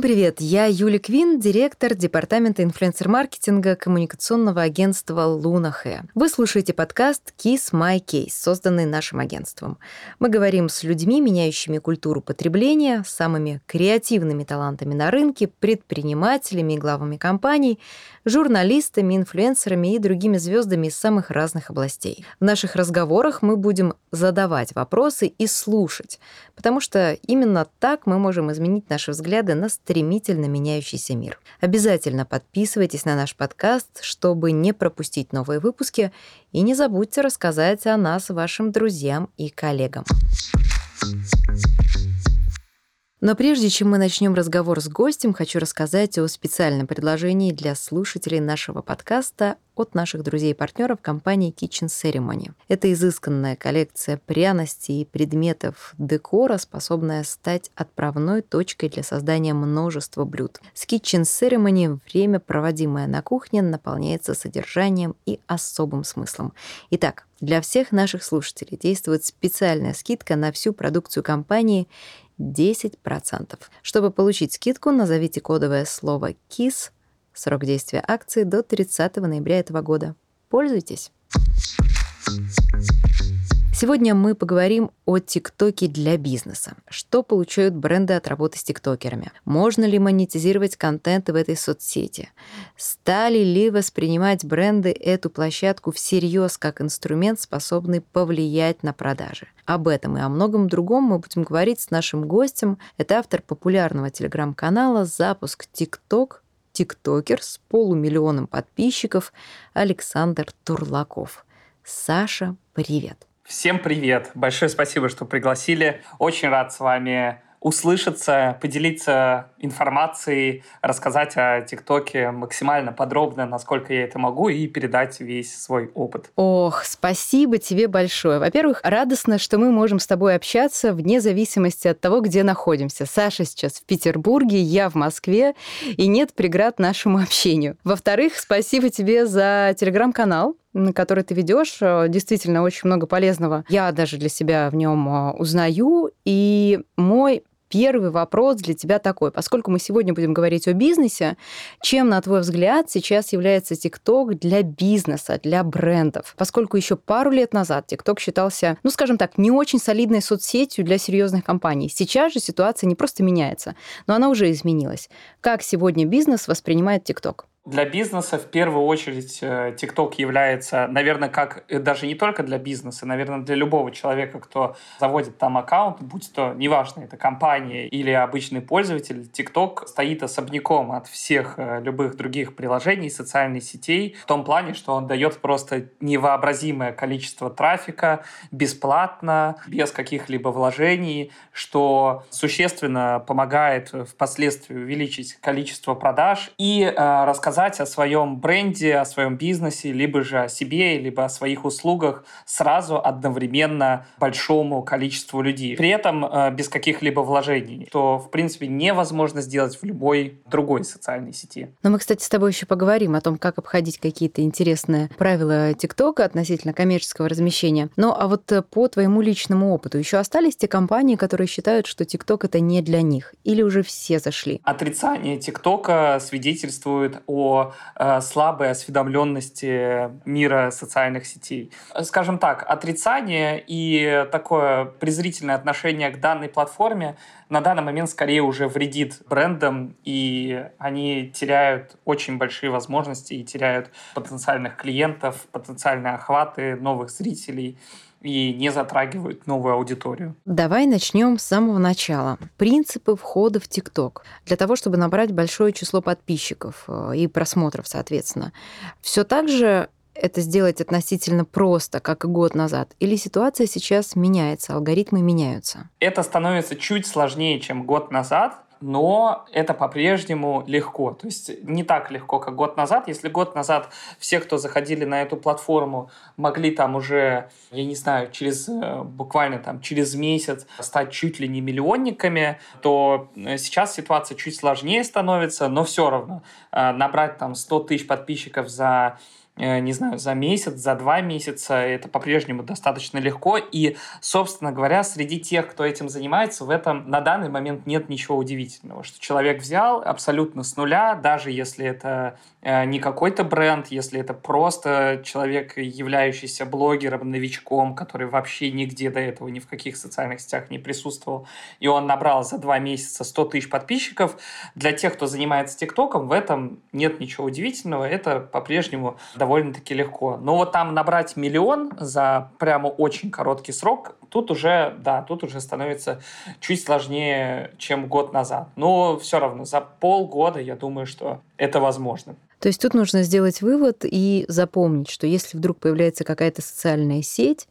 Всем привет! Я Юля Квин, директор департамента инфлюенсер-маркетинга коммуникационного агентства Lunahair. Вы слушаете подкаст Kiss My Case, созданный нашим агентством. Мы говорим с людьми, меняющими культуру потребления, самыми креативными талантами на рынке, предпринимателями и главами компаний, журналистами, инфлюенсерами и другими звездами из самых разных областей. В наших разговорах мы будем задавать вопросы и слушать, потому что именно так мы можем изменить наши взгляды на стремительно меняющийся мир. Обязательно подписывайтесь на наш подкаст, чтобы не пропустить новые выпуски, и не забудьте рассказать о нас вашим друзьям и коллегам. Но прежде чем мы начнем разговор с гостем, хочу рассказать о специальном предложении для слушателей нашего подкаста от наших друзей и партнеров компании Kitchen Ceremony. Это изысканная коллекция пряностей и предметов декора, способная стать отправной точкой для создания множества блюд. С Kitchen Ceremony время, проводимое на кухне, наполняется содержанием и особым смыслом. Итак, для всех наших слушателей действует специальная скидка на всю продукцию компании 10%. Чтобы получить скидку, назовите кодовое слово KISS. Срок действия акции до 30 ноября этого года. Пользуйтесь! Сегодня мы поговорим о ТикТоке для бизнеса. Что получают бренды от работы с тиктокерами? Можно ли монетизировать контент в этой соцсети? Стали ли воспринимать бренды эту площадку всерьез как инструмент, способный повлиять на продажи? Об этом и о многом другом мы будем говорить с нашим гостем. Это автор популярного телеграм-канала «Запуск ТикТок», тиктокер с 500 000 подписчиков Александр Турлаков. Саша, привет! Всем привет! Большое спасибо, что пригласили. Очень рад с вами услышаться, поделиться информацией, рассказать о ТикТоке максимально подробно, насколько я это могу, и передать весь свой опыт. Ох, спасибо тебе большое. Во-первых, радостно, что мы можем с тобой общаться вне зависимости от того, где находимся. Саша сейчас в Петербурге, я в Москве, и нет преград нашему общению. Во-вторых, спасибо тебе за телеграм-канал, который ты ведешь, действительно очень много полезного. Я даже для себя в нем узнаю. И мой первый вопрос для тебя такой. Поскольку мы сегодня будем говорить о бизнесе, чем, на твой взгляд, сейчас является ТикТок для бизнеса, для брендов? Поскольку еще пару лет назад ТикТок считался, скажем так, не очень солидной соцсетью для серьезных компаний. Сейчас же ситуация не просто меняется, но она уже изменилась. Как сегодня бизнес воспринимает ТикТок? Для бизнеса в первую очередь TikTok является, наверное, как даже не только для бизнеса, наверное, для любого человека, кто заводит там аккаунт, будь то, неважно, это компания или обычный пользователь, TikTok стоит особняком от всех любых других приложений, социальных сетей, в том плане, что он дает просто невообразимое количество трафика бесплатно, без каких-либо вложений, что существенно помогает впоследствии увеличить количество продаж и рассказать о своем бренде, о своем бизнесе, либо же о себе, либо о своих услугах сразу одновременно большому количеству людей. При этом без каких-либо вложений, что, в принципе, невозможно сделать в любой другой социальной сети. Но мы, кстати, с тобой еще поговорим о том, как обходить какие-то интересные правила ТикТока относительно коммерческого размещения. А вот по твоему личному опыту еще остались те компании, которые считают, что ТикТок — это не для них? Или уже все зашли? Отрицание ТикТока свидетельствует о слабой осведомленности мира социальных сетей. Скажем так, отрицание и такое презрительное отношение к данной платформе на данный момент скорее уже вредит брендам, и они теряют очень большие возможности и теряют потенциальных клиентов, потенциальные охваты новых зрителей и не затрагивают новую аудиторию. Давай начнем с самого начала. Принципы входа в ТикТок. Для того, чтобы набрать большое число подписчиков и просмотров, соответственно. Все так же это сделать относительно просто, как и год назад? Или ситуация сейчас меняется, алгоритмы меняются? Это становится чуть сложнее, чем год назад, но это по-прежнему легко. То есть не так легко, как год назад. Если год назад все, кто заходили на эту платформу, могли там уже, я не знаю, буквально через месяц стать чуть ли не миллионниками, то сейчас ситуация чуть сложнее становится, но все равно набрать 100 тысяч подписчиков за не знаю, за месяц, за 2 месяца. Это по-прежнему достаточно легко. И, собственно говоря, среди тех, кто этим занимается, в этом на данный момент нет ничего удивительного. Что человек взял абсолютно с нуля, даже если это не какой-то бренд, если это просто человек, являющийся блогером, новичком, который вообще нигде до этого ни в каких социальных сетях не присутствовал, и он набрал за 2 месяца 100 тысяч подписчиков. Для тех, кто занимается ТикТоком, в этом нет ничего удивительного, это по-прежнему довольно-таки легко. Но вот там набрать 1 миллион за прямо очень короткий срок, тут уже становится чуть сложнее, чем год назад. Но все равно за полгода, я думаю, что это возможно. То есть тут нужно сделать вывод и запомнить, что если вдруг появляется какая-то социальная сеть,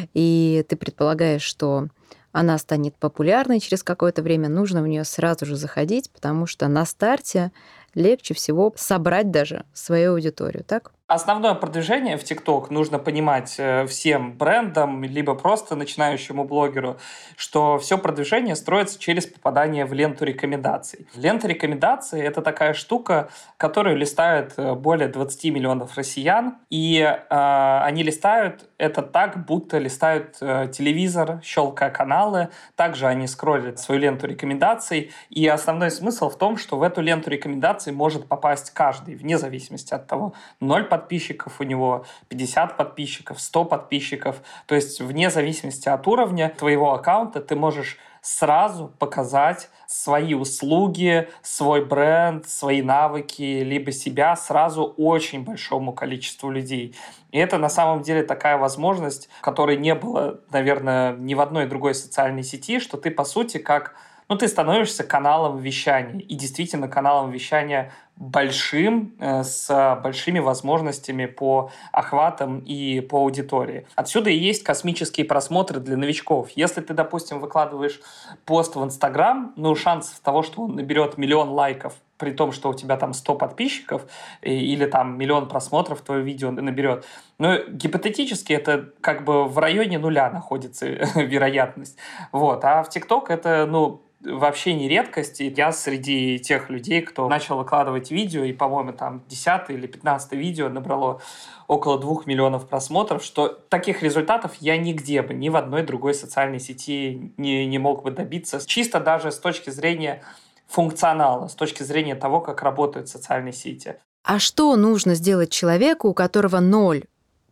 и ты предполагаешь, что она станет популярной через какое-то время, нужно в нее сразу же заходить, потому что на старте легче всего собрать даже свою аудиторию, так? Основное продвижение в ТикТок нужно понимать всем брендам, либо просто начинающему блогеру, что все продвижение строится через попадание в ленту рекомендаций. Лента рекомендаций — это такая штука, которую листают более 20 миллионов россиян, и они листают это так, будто листают телевизор, щелкая каналы. Также они скроллят свою ленту рекомендаций, и основной смысл в том, что в эту ленту рекомендаций может попасть каждый, вне зависимости от того, 0 подписчиков у него, 50 подписчиков, 100 подписчиков. То есть вне зависимости от уровня твоего аккаунта ты можешь сразу показать свои услуги, свой бренд, свои навыки, либо себя сразу очень большому количеству людей. И это на самом деле такая возможность, которой не было, наверное, ни в одной другой социальной сети, что ты, по сути, ты становишься каналом вещания. И действительно каналом вещания большим, с большими возможностями по охватам и по аудитории. Отсюда и есть космические просмотры для новичков. Если ты, допустим, выкладываешь пост в Инстаграм, шансов того, что он наберет 1 миллион лайков, при том, что у тебя там 100 подписчиков или там 1 миллион просмотров твое видео наберет. Но гипотетически это как бы в районе нуля находится вероятность. Вот. А в ТикТок это, вообще не редкость. И я среди тех людей, кто начал выкладывать видео, и, по-моему, там 10 или 15 видео набрало около 2 миллионов просмотров, что таких результатов я нигде бы, ни в одной другой социальной сети не мог бы добиться. Чисто даже с точки зрения функционала, с точки зрения того, как работают социальные сети. А что нужно сделать человеку, у которого 0,0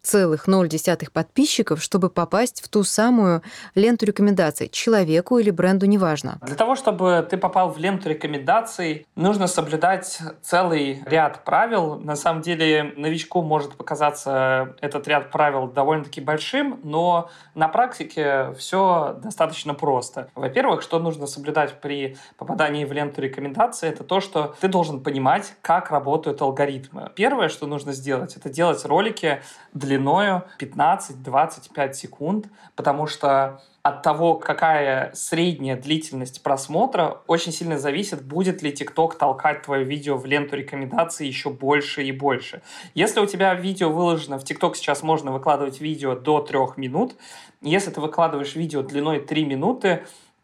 подписчиков, чтобы попасть в ту самую ленту рекомендаций? Человеку или бренду, неважно. Для того, чтобы ты попал в ленту рекомендаций, нужно соблюдать целый ряд правил. На самом деле, новичку может показаться этот ряд правил довольно-таки большим, но на практике все достаточно просто. Во-первых, что нужно соблюдать при попадании в ленту рекомендаций, это то, что ты должен понимать, как работают алгоритмы. Первое, что нужно сделать, это делать ролики длиною 15-25 секунд, потому что от того, какая средняя длительность просмотра, очень сильно зависит, будет ли TikTok толкать твое видео в ленту рекомендаций еще больше и больше. Если у тебя видео выложено, в TikTok сейчас можно выкладывать видео до 3 минут, если ты выкладываешь видео длиной 3 минуты,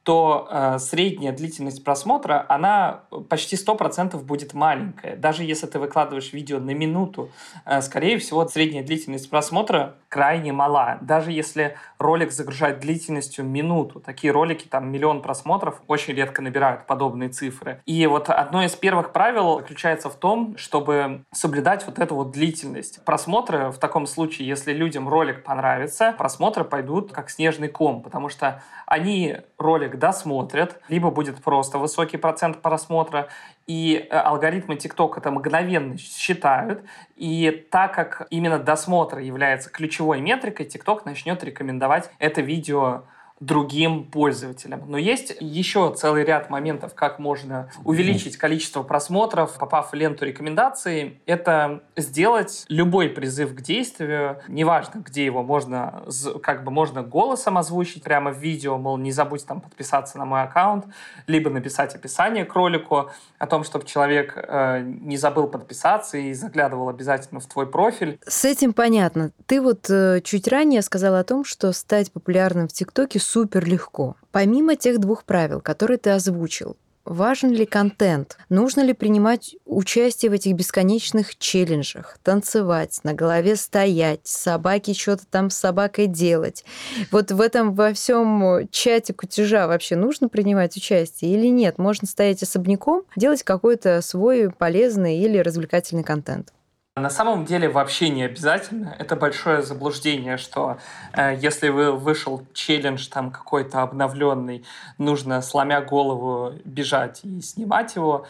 то средняя длительность просмотра, она почти 100% будет маленькая. Даже если ты выкладываешь видео на минуту, скорее всего, средняя длительность просмотра крайне мала. Даже если ролик загружать длительностью минуту, такие ролики, там, 1 миллион просмотров, очень редко набирают подобные цифры. И вот одно из первых правил заключается в том, чтобы соблюдать вот эту вот длительность. Просмотры в таком случае, если людям ролик понравится, просмотры пойдут как снежный ком, потому что они ролик досмотрят, либо будет просто высокий процент просмотра, и алгоритмы TikTok это мгновенно считают, и так как именно досмотр является ключевой метрикой, TikTok начнет рекомендовать это видео другим пользователям. Но есть еще целый ряд моментов, как можно увеличить количество просмотров, попав в ленту рекомендаций. Это сделать любой призыв к действию, неважно, где его можно голосом озвучить прямо в видео, мол, не забудь там подписаться на мой аккаунт, либо написать описание к ролику о том, чтобы человек не забыл подписаться и заглядывал обязательно в твой профиль. С этим понятно. Ты вот чуть ранее сказала о том, что стать популярным в ТикТоке супер легко. Помимо тех 2 правил, которые ты озвучил, важен ли контент? Нужно ли принимать участие в этих бесконечных челленджах, танцевать, на голове стоять, собаке что-то там с собакой делать? Вот в этом во всем чате кутежа вообще нужно принимать участие или нет? Можно стоять особняком, делать какой-то свой полезный или развлекательный контент. На самом деле вообще не обязательно. Это большое заблуждение, что если вышел челлендж там какой-то обновленный, нужно сломя голову бежать и снимать его.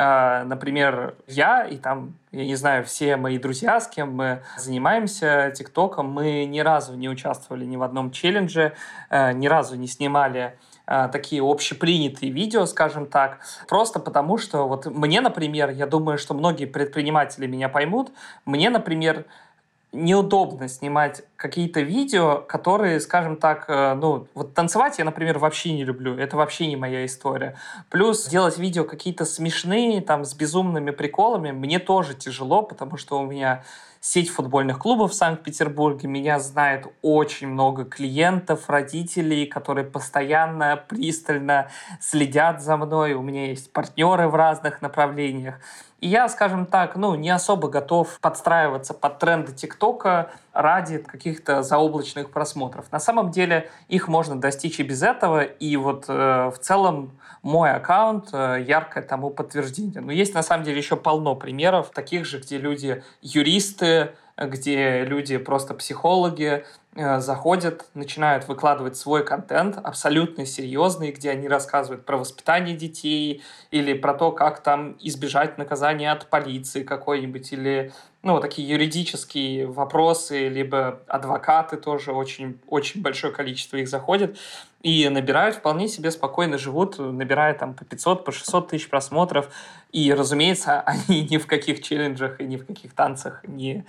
Например, я и там, я не знаю, все мои друзья, с кем мы занимаемся ТикТоком, мы ни разу не участвовали ни в одном челлендже, ни разу не снимали такие общепринятые видео, скажем так, просто потому что вот мне, например, я думаю, что многие предприниматели меня поймут, мне, например, неудобно снимать какие-то видео, которые, скажем так, вот танцевать я, например, вообще не люблю, это вообще не моя история. Плюс делать видео какие-то смешные, там, с безумными приколами, мне тоже тяжело, потому что у меня сеть футбольных клубов в Санкт-Петербурге, меня знает очень много клиентов, родителей, которые постоянно, пристально следят за мной, у меня есть партнеры в разных направлениях. И я, скажем так, не особо готов подстраиваться под тренды ТикТока ради каких-то заоблачных просмотров. На самом деле их можно достичь и без этого, и вот в целом мой аккаунт яркое тому подтверждение. Но есть на самом деле еще полно примеров таких же, где люди юристы, где люди просто психологи заходят, начинают выкладывать свой контент абсолютно серьезный, где они рассказывают про воспитание детей или про то, как там избежать наказания от полиции какой-нибудь, или такие юридические вопросы, либо адвокаты тоже, очень, очень большое количество их заходит и набирают, вполне себе спокойно живут, набирая там по 500, по 600 тысяч просмотров. И, разумеется, они ни в каких челленджах и ни в каких танцах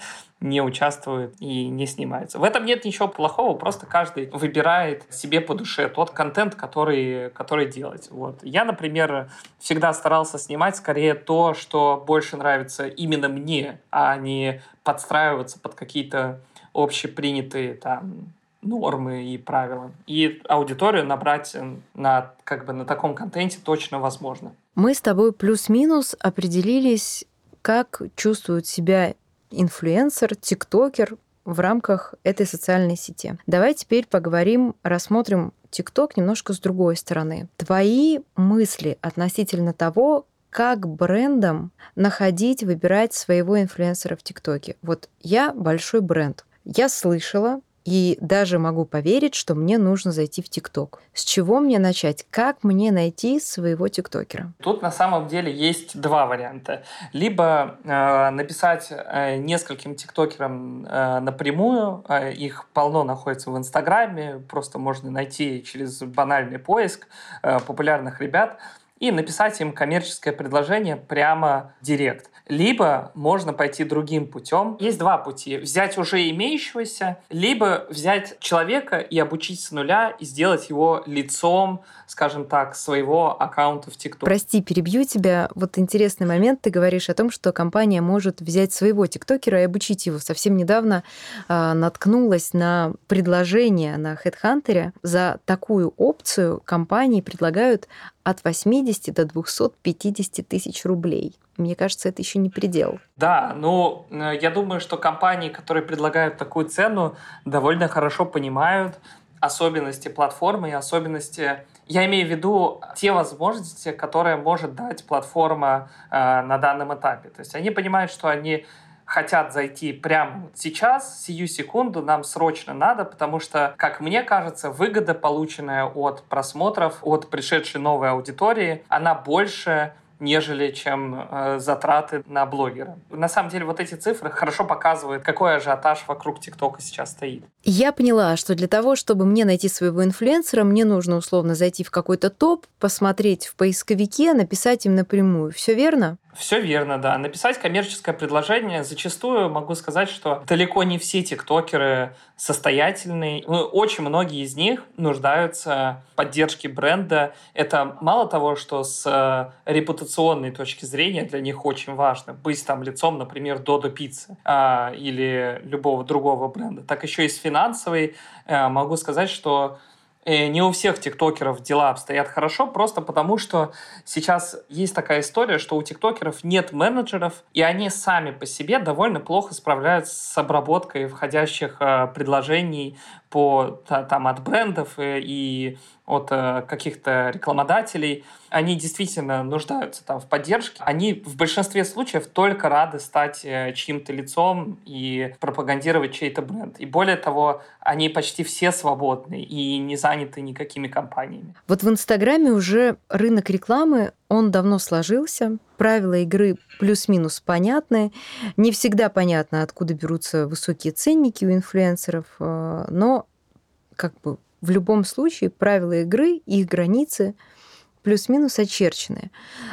не участвуют и не снимаются. В этом нет ничего плохого, просто каждый выбирает себе по душе тот контент, который делать. Вот. Я, например, всегда старался снимать скорее то, что больше нравится именно мне, а не подстраиваться под какие-то общепринятые там нормы и правила. И аудиторию набрать на таком контенте точно возможно. Мы с тобой плюс-минус определились, как чувствует себя инфлюенсер, тиктокер в рамках этой социальной сети. Давай теперь рассмотрим ТикТок немножко с другой стороны. Твои мысли относительно того, как брендам выбирать своего инфлюенсера в ТикТоке. Вот я большой бренд. Я слышала, и даже могу поверить, что мне нужно зайти в ТикТок. С чего мне начать? Как мне найти своего тиктокера? Тут на самом деле есть два варианта. Либо написать нескольким тиктокерам напрямую, их полно находится в Инстаграме, просто можно найти через банальный поиск популярных ребят, и написать им коммерческое предложение прямо в директ. Либо можно пойти другим путем. Есть два пути. Взять уже имеющегося, либо взять человека и обучить с нуля, и сделать его лицом, скажем так, своего аккаунта в TikTok. Прости, перебью тебя. Вот интересный момент. Ты говоришь о том, что компания может взять своего тиктокера и обучить его. Совсем недавно наткнулась на предложение на HeadHunter. За такую опцию компании предлагают от 80 до 250 тысяч рублей. Мне кажется, это еще не предел. Да, я думаю, что компании, которые предлагают такую цену, довольно хорошо понимают особенности платформы и особенности... Я имею в виду те возможности, которые может дать платформа на данном этапе. То есть они понимают, что они хотят зайти прямо сейчас, сию секунду, нам срочно надо, потому что, как мне кажется, выгода, полученная от просмотров, от пришедшей новой аудитории, она больше, нежели чем затраты на блогера. На самом деле вот эти цифры хорошо показывают, какой ажиотаж вокруг ТикТока сейчас стоит. Я поняла, что для того, чтобы мне найти своего инфлюенсера, мне нужно условно зайти в какой-то топ, посмотреть в поисковике, написать им напрямую. Все верно? Все верно, да. Написать коммерческое предложение. Зачастую могу сказать, что далеко не все тиктокеры состоятельные. Очень многие из них нуждаются в поддержке бренда. Это мало того, что с репутационной точки зрения для них очень важно быть там лицом, например, Додо Пиццы или любого другого бренда, так еще и с финансовой могу сказать, что Не у всех тиктокеров дела обстоят хорошо, просто потому что сейчас есть такая история, что у тиктокеров нет менеджеров, и они сами по себе довольно плохо справляются с обработкой входящих предложений там, от брендов и от каких-то рекламодателей. Они действительно нуждаются там в поддержке. Они в большинстве случаев только рады стать чьим-то лицом и пропагандировать чей-то бренд. И более того, они почти все свободны и не заняты никакими компаниями. Вот в Инстаграме уже рынок рекламы, он давно сложился, правила игры плюс-минус понятны. Не всегда понятно, откуда берутся высокие ценники у инфлюенсеров, но как бы в любом случае правила игры, их границы плюс-минус очерчены.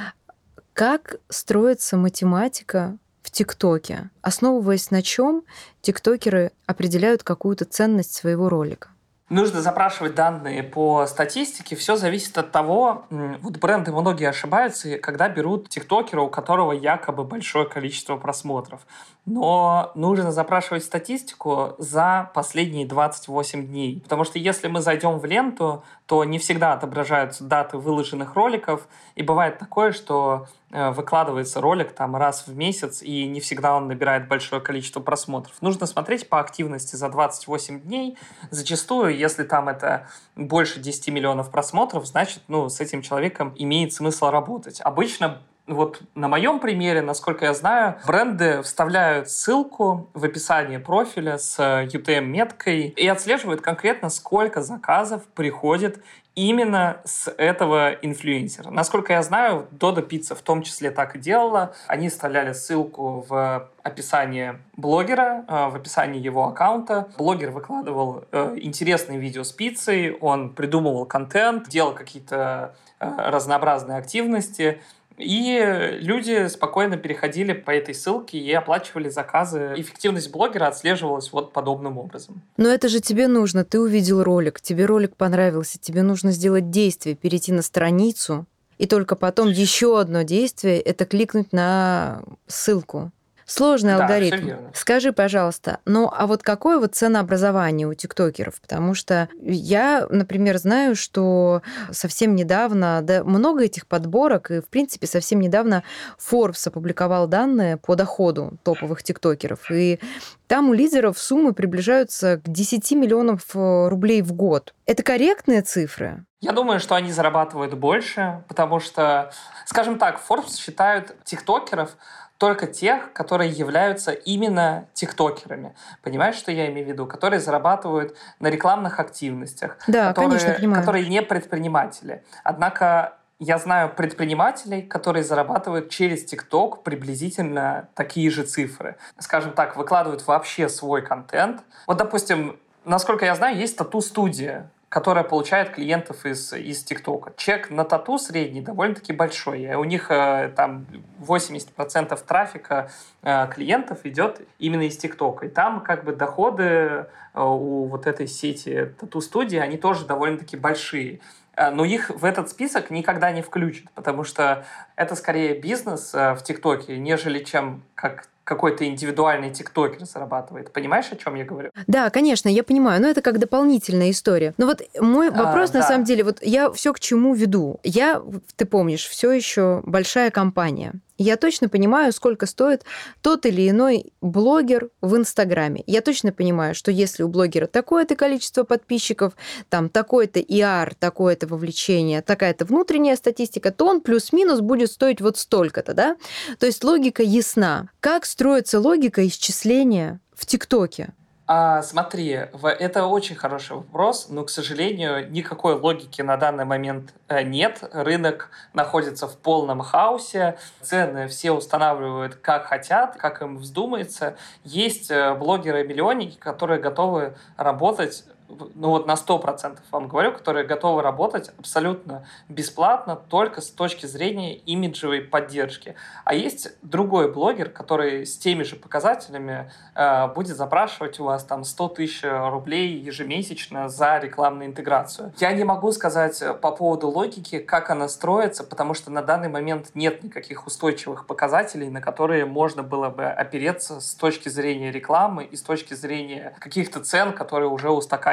Как строится математика в ТикТоке? Основываясь на чем тиктокеры определяют какую-то ценность своего ролика? Нужно запрашивать данные по статистике. Все зависит от того, вот бренды многие ошибаются, когда берут тиктокера, у которого якобы большое количество просмотров. Но нужно запрашивать статистику за последние 28 дней. Потому что если мы зайдем в ленту, то не всегда отображаются даты выложенных роликов. И бывает такое, что выкладывается ролик там раз в месяц, и не всегда он набирает большое количество просмотров. Нужно смотреть по активности за 28 дней. Зачастую, если там это больше 10 миллионов просмотров, значит, с этим человеком имеет смысл работать. Обычно вот на моем примере, насколько я знаю, бренды вставляют ссылку в описание профиля с UTM-меткой и отслеживают конкретно, сколько заказов приходит именно с этого инфлюенсера. Насколько я знаю, Додо Пицца в том числе так и делала. Они вставляли ссылку в описание блогера, в описании его аккаунта. Блогер выкладывал интересные видео с пиццей, он придумывал контент, делал какие-то разнообразные активности. И люди спокойно переходили по этой ссылке и оплачивали заказы. Эффективность блогера отслеживалась вот подобным образом. Но это же тебе нужно. Ты увидел ролик, тебе ролик понравился, тебе нужно сделать действие, перейти на страницу, и только потом еще одно действие — это кликнуть на ссылку. Сложный алгоритм. Всё верно. Скажи, пожалуйста, а вот какое вот ценообразование у тиктокеров? Потому что я, например, знаю, что совсем недавно, да, много этих подборок, и, в принципе, совсем недавно Forbes опубликовал данные по доходу топовых тиктокеров, и там у лидеров суммы приближаются к 10 миллионов рублей в год. Это корректные цифры? Я думаю, что они зарабатывают больше, потому что, скажем так, Forbes считают тиктокеров только тех, которые являются именно тиктокерами. Понимаешь, что я имею в виду? Которые зарабатывают на рекламных активностях. Да, конечно, понимаю. Которые не предприниматели. Однако я знаю предпринимателей, которые зарабатывают через ТикТок приблизительно такие же цифры. Скажем так, выкладывают вообще свой контент. Вот, допустим, насколько я знаю, есть тату-студия, которая получает клиентов из ТикТока. Чек на тату средний довольно-таки большой. И у них там 80% трафика клиентов идет именно из ТикТока. И там как бы доходы у вот этой сети тату-студии, они тоже довольно-таки большие. Но их в этот список никогда не включат, потому что это скорее бизнес в ТикТоке, нежели чем как какой-то индивидуальный тиктокер зарабатывает. Понимаешь, о чем я говорю? Да, конечно, я понимаю, но это как дополнительная история. Но вот мой вопрос, на самом деле, вот я все к чему веду. Ты помнишь, все еще большая компания. Я точно понимаю, сколько стоит тот или иной блогер в Инстаграме. Я точно понимаю, что если у блогера такое-то количество подписчиков, там такой-то ИАР, такое-то вовлечение, такая-то внутренняя статистика, то он плюс-минус будет стоить вот столько-то, да? То есть логика ясна. Как строится логика исчисления в ТикТоке? Смотри, это очень хороший вопрос, но, к сожалению, никакой логики на данный момент нет. Рынок находится в полном хаосе, цены все устанавливают как хотят, как им вздумается. Есть блогеры-миллионники, которые готовы работать на 100% вам говорю, которые готовы работать абсолютно бесплатно только с точки зрения имиджевой поддержки. А есть другой блогер, который с теми же показателями будет запрашивать у вас там 100 тысяч рублей ежемесячно за рекламную интеграцию. Я не могу сказать по поводу логики, как она строится, потому что на данный момент нет никаких устойчивых показателей, на которые можно было бы опереться с точки зрения рекламы и с точки зрения каких-то цен, которые уже устаканились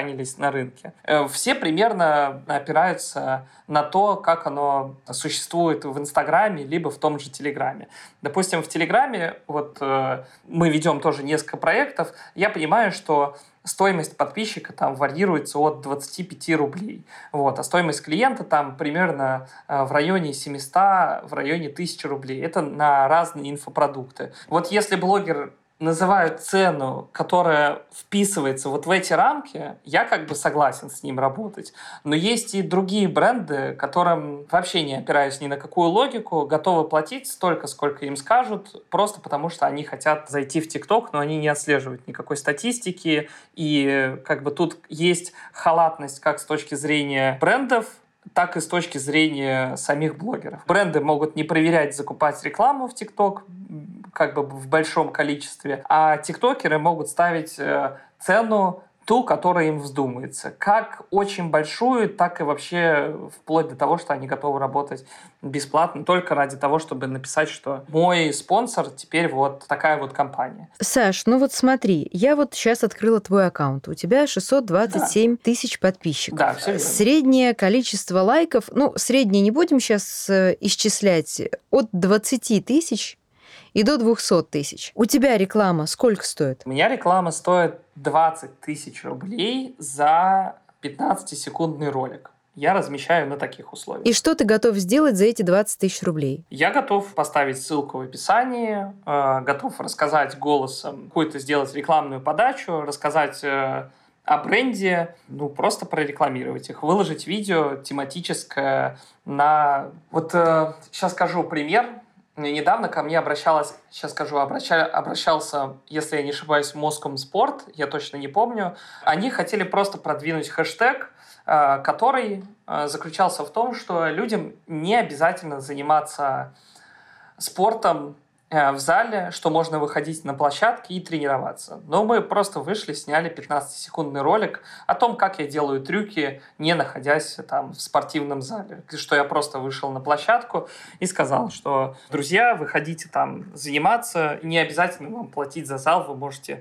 устаканились на рынке. Все примерно опираются на то, как оно существует в Инстаграме, либо в том же Телеграме. Допустим, в Телеграме мы ведем тоже несколько проектов. Я понимаю, что стоимость подписчика там варьируется от 25 рублей. А стоимость клиента там примерно в районе 700, в районе 1000 рублей. Это на разные инфопродукты. Если блогер называют цену, которая вписывается в эти рамки, я согласен с ним работать. Но есть и другие бренды, которым вообще не опираясь ни на какую логику, готовы платить столько, сколько им скажут, просто потому что они хотят зайти в ТикТок, но они не отслеживают никакой статистики. И тут есть халатность как с точки зрения брендов, так и с точки зрения самих блогеров. Бренды могут не проверять, закупать рекламу в ТикТок в большом количестве, а тиктокеры могут ставить цену ту, которая им вздумается. Как очень большую, так и вообще вплоть до того, что они готовы работать бесплатно только ради того, чтобы написать, что мой спонсор теперь такая компания. Саш, смотри, я сейчас открыла твой аккаунт. У тебя 627 тысяч подписчиков. Да, все верно. Среднее количество лайков, среднее не будем сейчас исчислять, от 20 тысяч и до 200 тысяч. У тебя реклама сколько стоит? У меня реклама стоит 20 тысяч рублей за 15-секундный ролик. Я размещаю на таких условиях. И что ты готов сделать за эти 20 тысяч рублей? Я готов поставить ссылку в описании, готов рассказать голосом, какую-то сделать рекламную подачу, рассказать о бренде, просто прорекламировать их, выложить видео тематическое на... сейчас скажу пример. Недавно ко мне обращался, если я не ошибаюсь, Москомспорт, я точно не помню. Они хотели просто продвинуть хэштег, который заключался в том, что людям не обязательно заниматься спортом в зале, что можно выходить на площадке и тренироваться. Но мы просто вышли, сняли 15-секундный ролик о том, как я делаю трюки, не находясь в спортивном зале. Что я просто вышел на площадку и сказал, что, друзья, вы хотите заниматься, не обязательно вам платить за зал, вы можете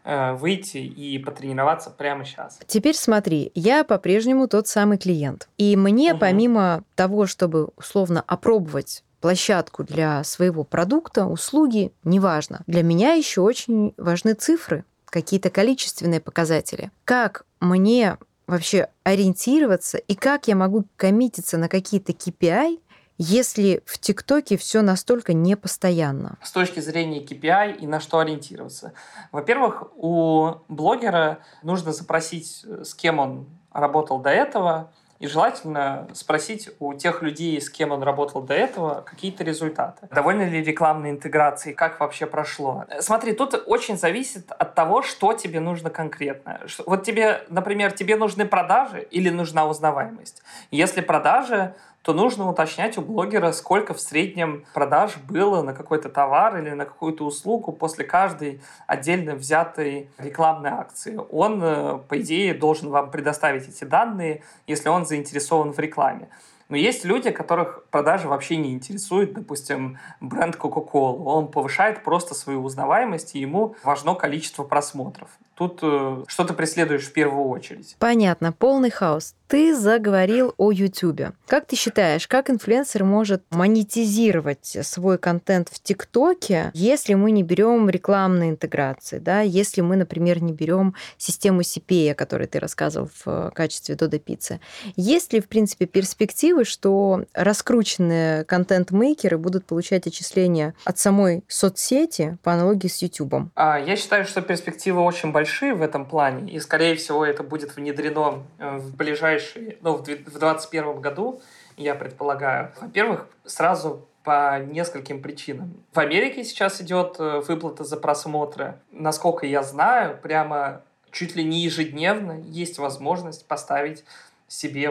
выйти и потренироваться прямо сейчас. Теперь смотри, я по-прежнему тот самый клиент. И мне, помимо того, чтобы условно опробовать площадку для своего продукта, услуги, неважно. Для меня еще очень важны цифры, какие-то количественные показатели. Как мне вообще ориентироваться и как я могу коммититься на какие-то KPI, если в ТикТоке все настолько непостоянно? С точки зрения KPI и на что ориентироваться. Во-первых, у блогера нужно запросить, с кем он работал до этого, и желательно спросить у тех людей, с кем он работал до этого, какие-то результаты. Довольны ли рекламные интеграции, как вообще прошло. Смотри, тут очень зависит от того, что тебе нужно конкретно. Тебе, например, тебе нужны продажи или нужна узнаваемость. Если продажи, то нужно уточнять у блогера, сколько в среднем продаж было на какой-то товар или на какую-то услугу после каждой отдельно взятой рекламной акции. Он, по идее, должен вам предоставить эти данные, если он заинтересован в рекламе. Но есть люди, которых продажи вообще не интересуют. Допустим, бренд Coca-Cola. Он повышает просто свою узнаваемость, и ему важно количество просмотров. Тут что ты преследуешь в первую очередь? Понятно, полный хаос. Ты заговорил о YouTube. Как ты считаешь, как инфлюенсер может монетизировать свой контент в ТикТоке, если мы не берем рекламные интеграции, да? Если мы, например, не берем систему CPA, о которой ты рассказывал в качестве Додо Пиццы? Есть ли, в принципе, перспективы, что раскрученные контент-мейкеры будут получать отчисления от самой соцсети по аналогии с YouTube? Я считаю, что перспективы очень большие в этом плане, и, скорее всего, это будет внедрено в ближайшие, в 2021 году, я предполагаю. Во-первых, сразу по нескольким причинам. В Америке сейчас идет выплата за просмотры. Насколько я знаю, прямо чуть ли не ежедневно есть возможность поставить себе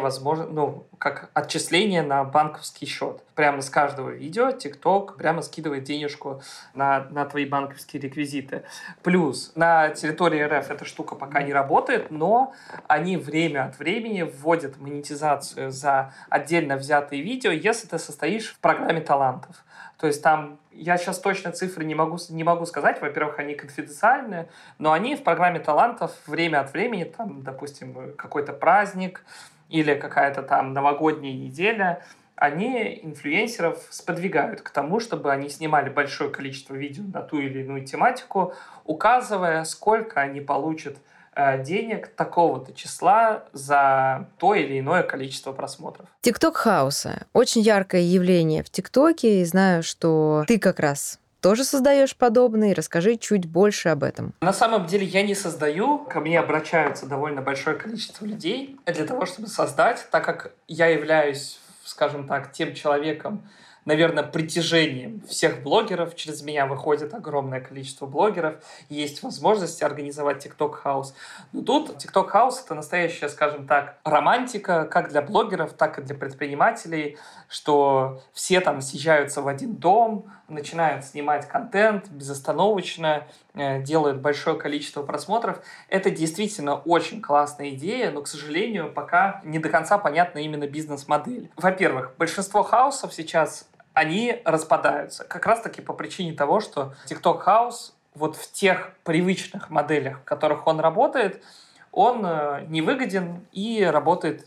как отчисление на банковский счет. Прямо с каждого видео TikTok прямо скидывает денежку на твои банковские реквизиты. Плюс на территории РФ эта штука пока не работает, но они время от времени вводят монетизацию за отдельно взятые видео, если ты состоишь в программе талантов. То есть там, я сейчас точно цифры не могу сказать, во-первых, они конфиденциальные, но они в программе талантов время от времени, там, допустим, какой-то праздник или какая-то там новогодняя неделя, они инфлюенсеров сподвигают к тому, чтобы они снимали большое количество видео на ту или иную тематику, указывая, сколько они получат денег такого-то числа за то или иное количество просмотров. TikTok хауса. Очень яркое явление в ТикТоке, и знаю, что ты как раз тоже создаешь подобные. Расскажи чуть больше об этом. На самом деле я не создаю, ко мне обращаются довольно большое количество людей для того, чтобы создать, так как я являюсь, скажем так, тем человеком, наверное, притяжением всех блогеров. Через меня выходит огромное количество блогеров. Есть возможность организовать TikTok House. Но тут TikTok House — это настоящая, скажем так, романтика как для блогеров, так и для предпринимателей, что все там съезжаются в один дом, начинают снимать контент безостановочно, делают большое количество просмотров. Это действительно очень классная идея, но, к сожалению, пока не до конца понятна именно бизнес-модель. Во-первых, большинство хаусов сейчас они распадаются. Как раз-таки по причине того, что TikTok House вот в тех привычных моделях, в которых он работает, он невыгоден и работает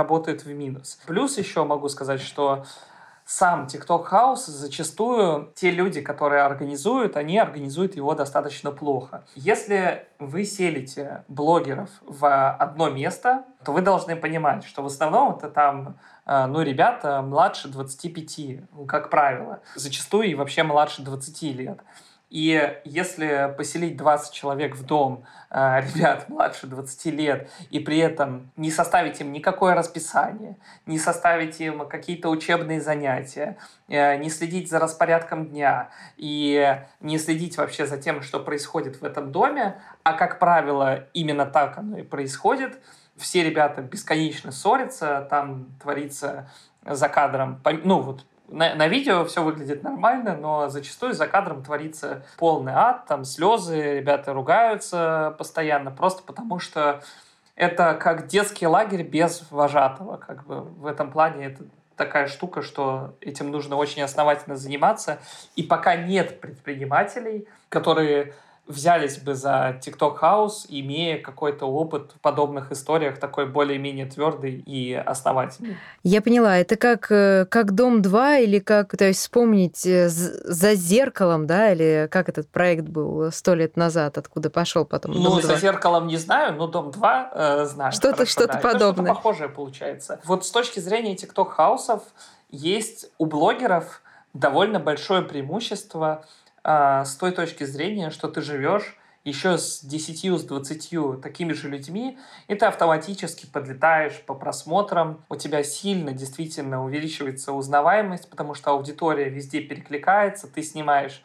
в минус. Плюс еще могу сказать, что сам TikTok House зачастую те люди, которые организуют, они организуют его достаточно плохо. Если вы селите блогеров в одно место, то вы должны понимать, что в основном это там ребята младше 25, как правило. Зачастую и вообще младше 20 лет. И если поселить 20 человек в дом ребят младше 20 лет и при этом не составить им никакое расписание, не составить им какие-то учебные занятия, не следить за распорядком дня и не следить вообще за тем, что происходит в этом доме, а, как правило, именно так оно и происходит, все ребята бесконечно ссорятся, там творится за кадром, на видео все выглядит нормально, но зачастую за кадром творится полный ад, там слезы, ребята ругаются постоянно, просто потому что это как детский лагерь без вожатого. Как бы в этом плане это такая штука, что этим нужно очень основательно заниматься. И пока нет предпринимателей, которые взялись бы за TikTok House, имея какой-то опыт в подобных историях, такой более-менее твердый и основательный. Я поняла, это как «Дом-2» или как, то есть вспомнить «За зеркалом», да, или как этот проект был 100 лет назад, откуда пошел потом «Дом-2». «За зеркалом» не знаю, но «Дом-2» знаю. Что-то подобное. Это что-то похожее получается. Вот с точки зрения TikTok House'ов есть у блогеров довольно большое преимущество с той точки зрения, что ты живешь еще с 10, с 20 такими же людьми, и ты автоматически подлетаешь по просмотрам, у тебя сильно действительно увеличивается узнаваемость, потому что аудитория везде перекликается, ты снимаешь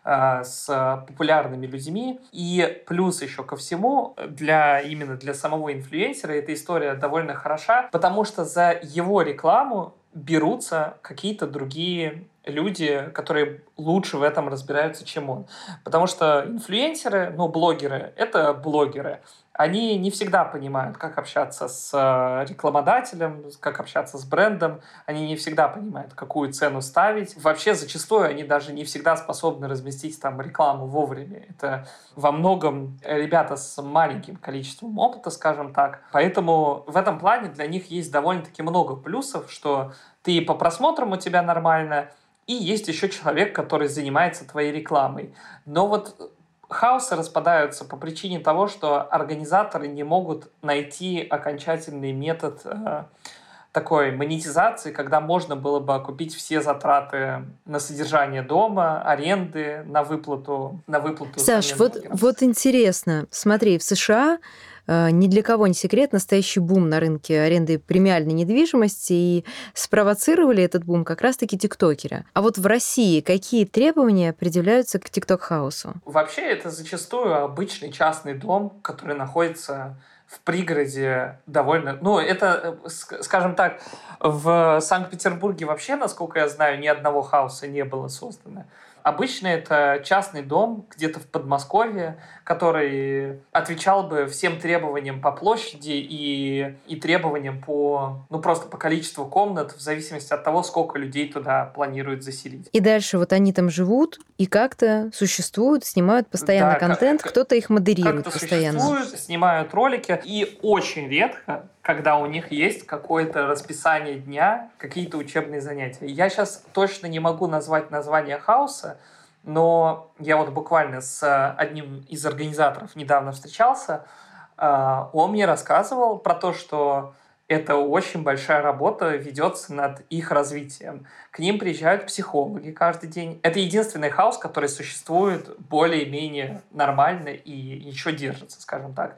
с популярными людьми. И плюс еще ко всему, именно для самого инфлюенсера эта история довольно хороша, потому что за его рекламу берутся какие-то другие люди, которые лучше в этом разбираются, чем он. Потому что инфлюенсеры, блогеры — это блогеры. Они не всегда понимают, как общаться с рекламодателем, как общаться с брендом. Они не всегда понимают, какую цену ставить. Вообще, зачастую они даже не всегда способны разместить там рекламу вовремя. Это во многом ребята с маленьким количеством опыта, скажем так. Поэтому в этом плане для них есть довольно-таки много плюсов, что ты по просмотрам у тебя нормально, и есть еще человек, который занимается твоей рекламой. Но вот хаусы распадаются по причине того, что организаторы не могут найти окончательный метод такой монетизации, когда можно было бы окупить все затраты на содержание дома, аренды, на выплату. Саш, вот интересно. Смотри, в США ни для кого не секрет, настоящий бум на рынке аренды премиальной недвижимости, и спровоцировали этот бум как раз-таки тиктокеры. А вот в России какие требования предъявляются к TikTok-хаусу? Вообще это зачастую обычный частный дом, который находится в пригороде довольно... это, скажем так, в Санкт-Петербурге вообще, насколько я знаю, ни одного хауса не было создано. Обычно это частный дом где-то в Подмосковье, который отвечал бы всем требованиям по площади и требованиям просто по количеству комнат, в зависимости от того, сколько людей туда планируют заселить. И дальше вот они там живут и как-то существуют, снимают постоянно контент, кто-то их модерирует как-то постоянно. Существуют, снимают ролики, и очень редко, когда у них есть какое-то расписание дня, какие-то учебные занятия. Я сейчас точно не могу назвать название хауса, но я вот буквально с одним из организаторов недавно встречался. Он мне рассказывал про то, что это очень большая работа ведется над их развитием. К ним приезжают психологи каждый день. Это единственный хаус, который существует более-менее нормально и еще держится, скажем так.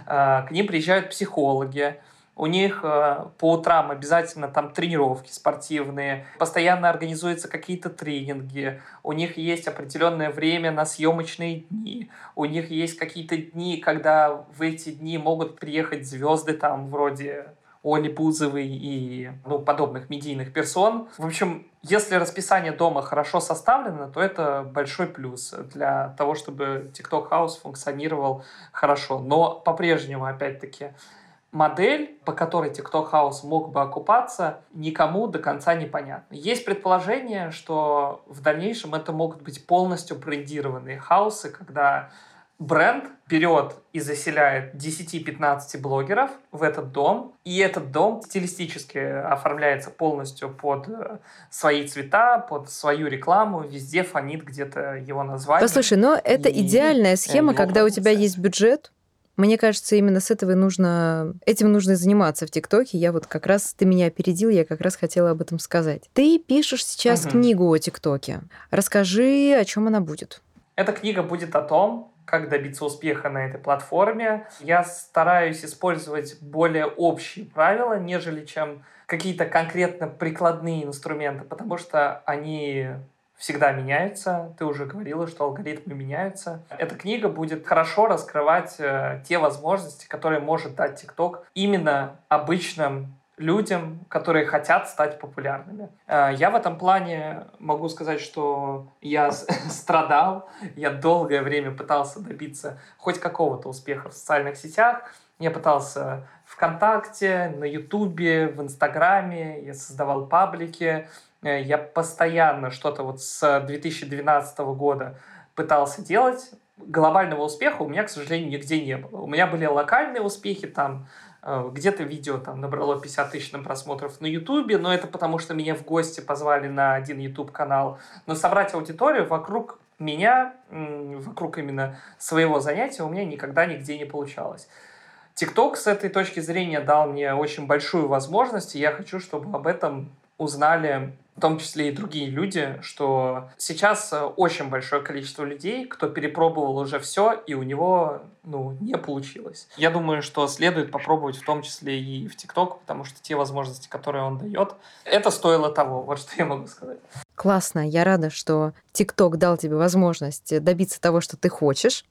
К ним приезжают психологи. У них по утрам обязательно там тренировки спортивные, постоянно организуются какие-то тренинги, у них есть определенное время на съемочные дни, у них есть какие-то дни, когда в эти дни могут приехать звезды там вроде Оли Бузовой и подобных медийных персон. В общем, если расписание дома хорошо составлено, то это большой плюс для того, чтобы TikTok House функционировал хорошо. Но по-прежнему, опять-таки, модель, по которой TikTok House мог бы окупаться, никому до конца не понятна. Есть предположение, что в дальнейшем это могут быть полностью брендированные хаусы, когда бренд берет и заселяет 10-15 блогеров в этот дом, и этот дом стилистически оформляется полностью под свои цвета, под свою рекламу, везде фонит где-то его название. Послушай, но это идеальная схема, когда у тебя есть бюджет. Мне кажется, именно этим нужно заниматься в ТикТоке. Ты меня опередил, я как раз хотела об этом сказать. Ты пишешь сейчас книгу о ТикТоке. Расскажи, о чем она будет. Эта книга будет о том, как добиться успеха на этой платформе. Я стараюсь использовать более общие правила, нежели чем какие-то конкретно прикладные инструменты, потому что они всегда меняются. Ты уже говорила, что алгоритмы меняются. Эта книга будет хорошо раскрывать те возможности, которые может дать TikTok именно обычным людям, которые хотят стать популярными. Я в этом плане могу сказать, что я страдал, я долгое время пытался добиться хоть какого-то успеха в социальных сетях. Я пытался ВКонтакте, на Ютубе, в Инстаграме, я создавал паблики. Я постоянно что-то с 2012 года пытался делать. Глобального успеха у меня, к сожалению, нигде не было. У меня были локальные успехи, там где-то видео набрало 50 тысяч просмотров на Ютубе, но это потому, что меня в гости позвали на один Ютуб-канал. Но собрать аудиторию вокруг меня, вокруг именно своего занятия у меня никогда нигде не получалось. TikTok с этой точки зрения дал мне очень большую возможность, и я хочу, чтобы об этом узнали в том числе и другие люди, что сейчас очень большое количество людей, кто перепробовал уже все, и у него не получилось. Я думаю, что следует попробовать в том числе и в TikTok, потому что те возможности, которые он дает, это стоило того. Вот что я могу сказать. Классно. Я рада, что TikTok дал тебе возможность добиться того, что ты хочешь.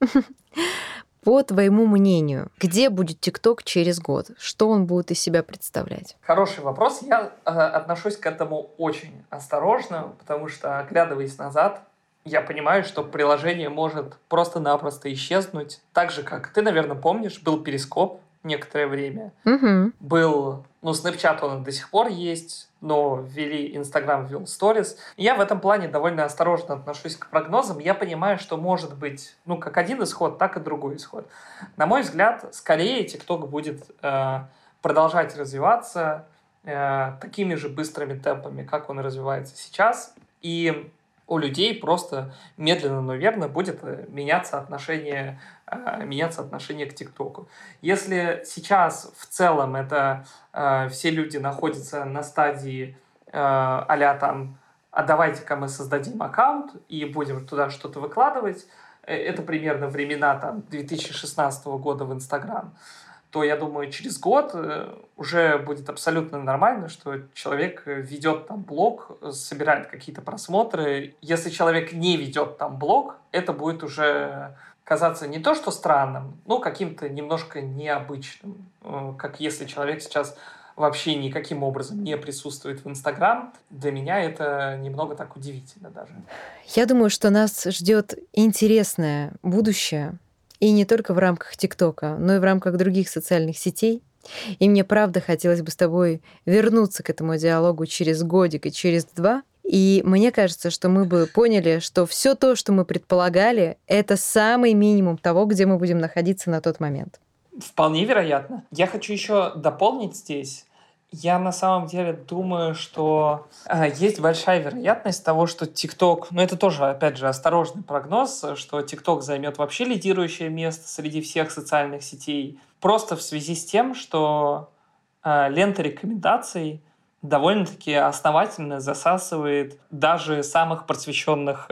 По твоему мнению, где будет TikTok через год? Что он будет из себя представлять? Хороший вопрос. Я отношусь к этому очень осторожно, потому что, оглядываясь назад, я понимаю, что приложение может просто-напросто исчезнуть. Так же, как ты, наверное, помнишь, был Перископ некоторое время. Угу. Был, Snapchat он до сих пор есть, но Инстаграм ввел сторис. Я в этом плане довольно осторожно отношусь к прогнозам. Я понимаю, что может быть как один исход, так и другой исход. На мой взгляд, скорее TikTok будет продолжать развиваться такими же быстрыми темпами, как он развивается сейчас. И у людей просто медленно, но верно будет меняться отношение к ТикТоку. Если сейчас в целом это все люди находятся на стадии а-ля там, а давайте-ка мы создадим аккаунт и будем туда что-то выкладывать, это примерно времена 2016 года в Инстаграм, то, я думаю, через год уже будет абсолютно нормально, что человек ведет там блог, собирает какие-то просмотры. Если человек не ведет там блог, это будет уже казаться не то что странным, но каким-то немножко необычным. Как если человек сейчас вообще никаким образом не присутствует в Инстаграм, для меня это немного так удивительно даже. Я думаю, что нас ждет интересное будущее, и не только в рамках ТикТока, но и в рамках других социальных сетей. И мне правда хотелось бы с тобой вернуться к этому диалогу через годик и через 2. И мне кажется, что мы бы поняли, что все то, что мы предполагали, это самый минимум того, где мы будем находиться на тот момент. Вполне вероятно. Я хочу еще дополнить здесь. Я на самом деле думаю, что есть большая вероятность того, что TikTok, ну это тоже, опять же, осторожный прогноз, что TikTok займет вообще лидирующее место среди всех социальных сетей, просто в связи с тем, что лента рекомендаций довольно-таки основательно засасывает даже самых просвещенных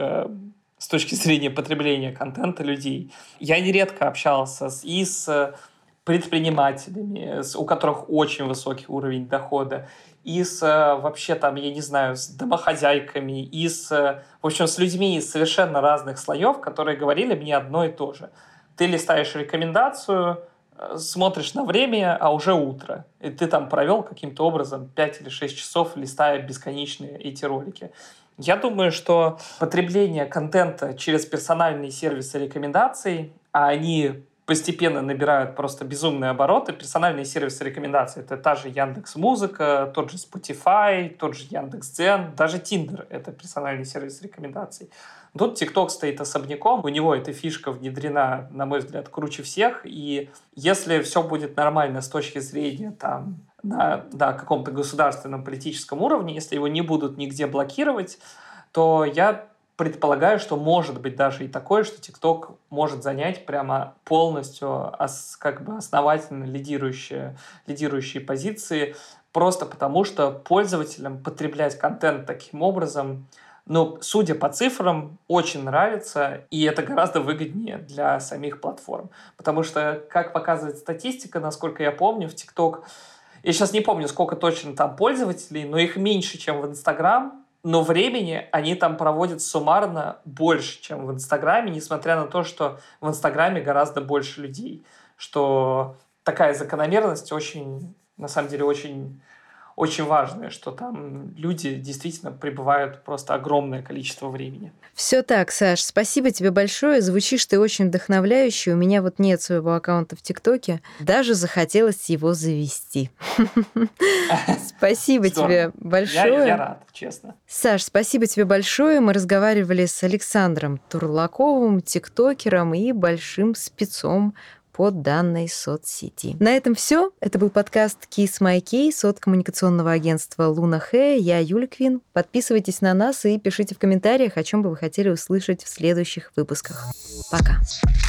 с точки зрения потребления контента людей. Я нередко общался и с предпринимателями, у которых очень высокий уровень дохода, и с вообще там, я не знаю, с домохозяйками, и в общем, с людьми из совершенно разных слоев, которые говорили мне одно и то же. Ты листаешь рекомендацию, смотришь на время, а уже утро. И ты там провел каким-то образом 5 или 6 часов, листая бесконечные эти ролики. Я думаю, что потребление контента через персональные сервисы рекомендаций, а они постепенно набирают просто безумные обороты. Персональные сервисы рекомендаций — это та же Яндекс.Музыка, тот же Spotify, тот же Яндекс.Дзен, даже Tinder — это персональный сервис рекомендаций. Тут TikTok стоит особняком, у него эта фишка внедрена, на мой взгляд, круче всех, и если все будет нормально с точки зрения там, на каком-то государственном политическом уровне, если его не будут нигде блокировать, то я предполагаю, что может быть даже и такое, что TikTok может занять прямо полностью как бы основательно лидирующие позиции, просто потому что пользователям потреблять контент таким образом, ну, судя по цифрам, очень нравится, и это гораздо выгоднее для самих платформ. Потому что, как показывает статистика, насколько я помню, в TikTok, я сейчас не помню, сколько точно там пользователей, но их меньше, чем в Instagram, но времени они там проводят суммарно больше, чем в Инстаграме, несмотря на то, что в Инстаграме гораздо больше людей. Что такая закономерность очень, на самом деле, очень, очень важная, что там люди действительно пребывают просто огромное количество времени. Все так, Саш, спасибо тебе большое. Звучишь ты очень вдохновляюще. У меня вот нет своего аккаунта в ТикТоке. Даже захотелось его завести. Спасибо тебе большое. Я рад, честно. Саш, спасибо тебе большое. Мы разговаривали с Александром Турлаковым, тиктокером и большим спецом по данной соцсети. На этом все. Это был подкаст Kiss My Case от коммуникационного агентства Luna He. Я Юля Квин. Подписывайтесь на нас и пишите в комментариях, о чем бы вы хотели услышать в следующих выпусках. Пока.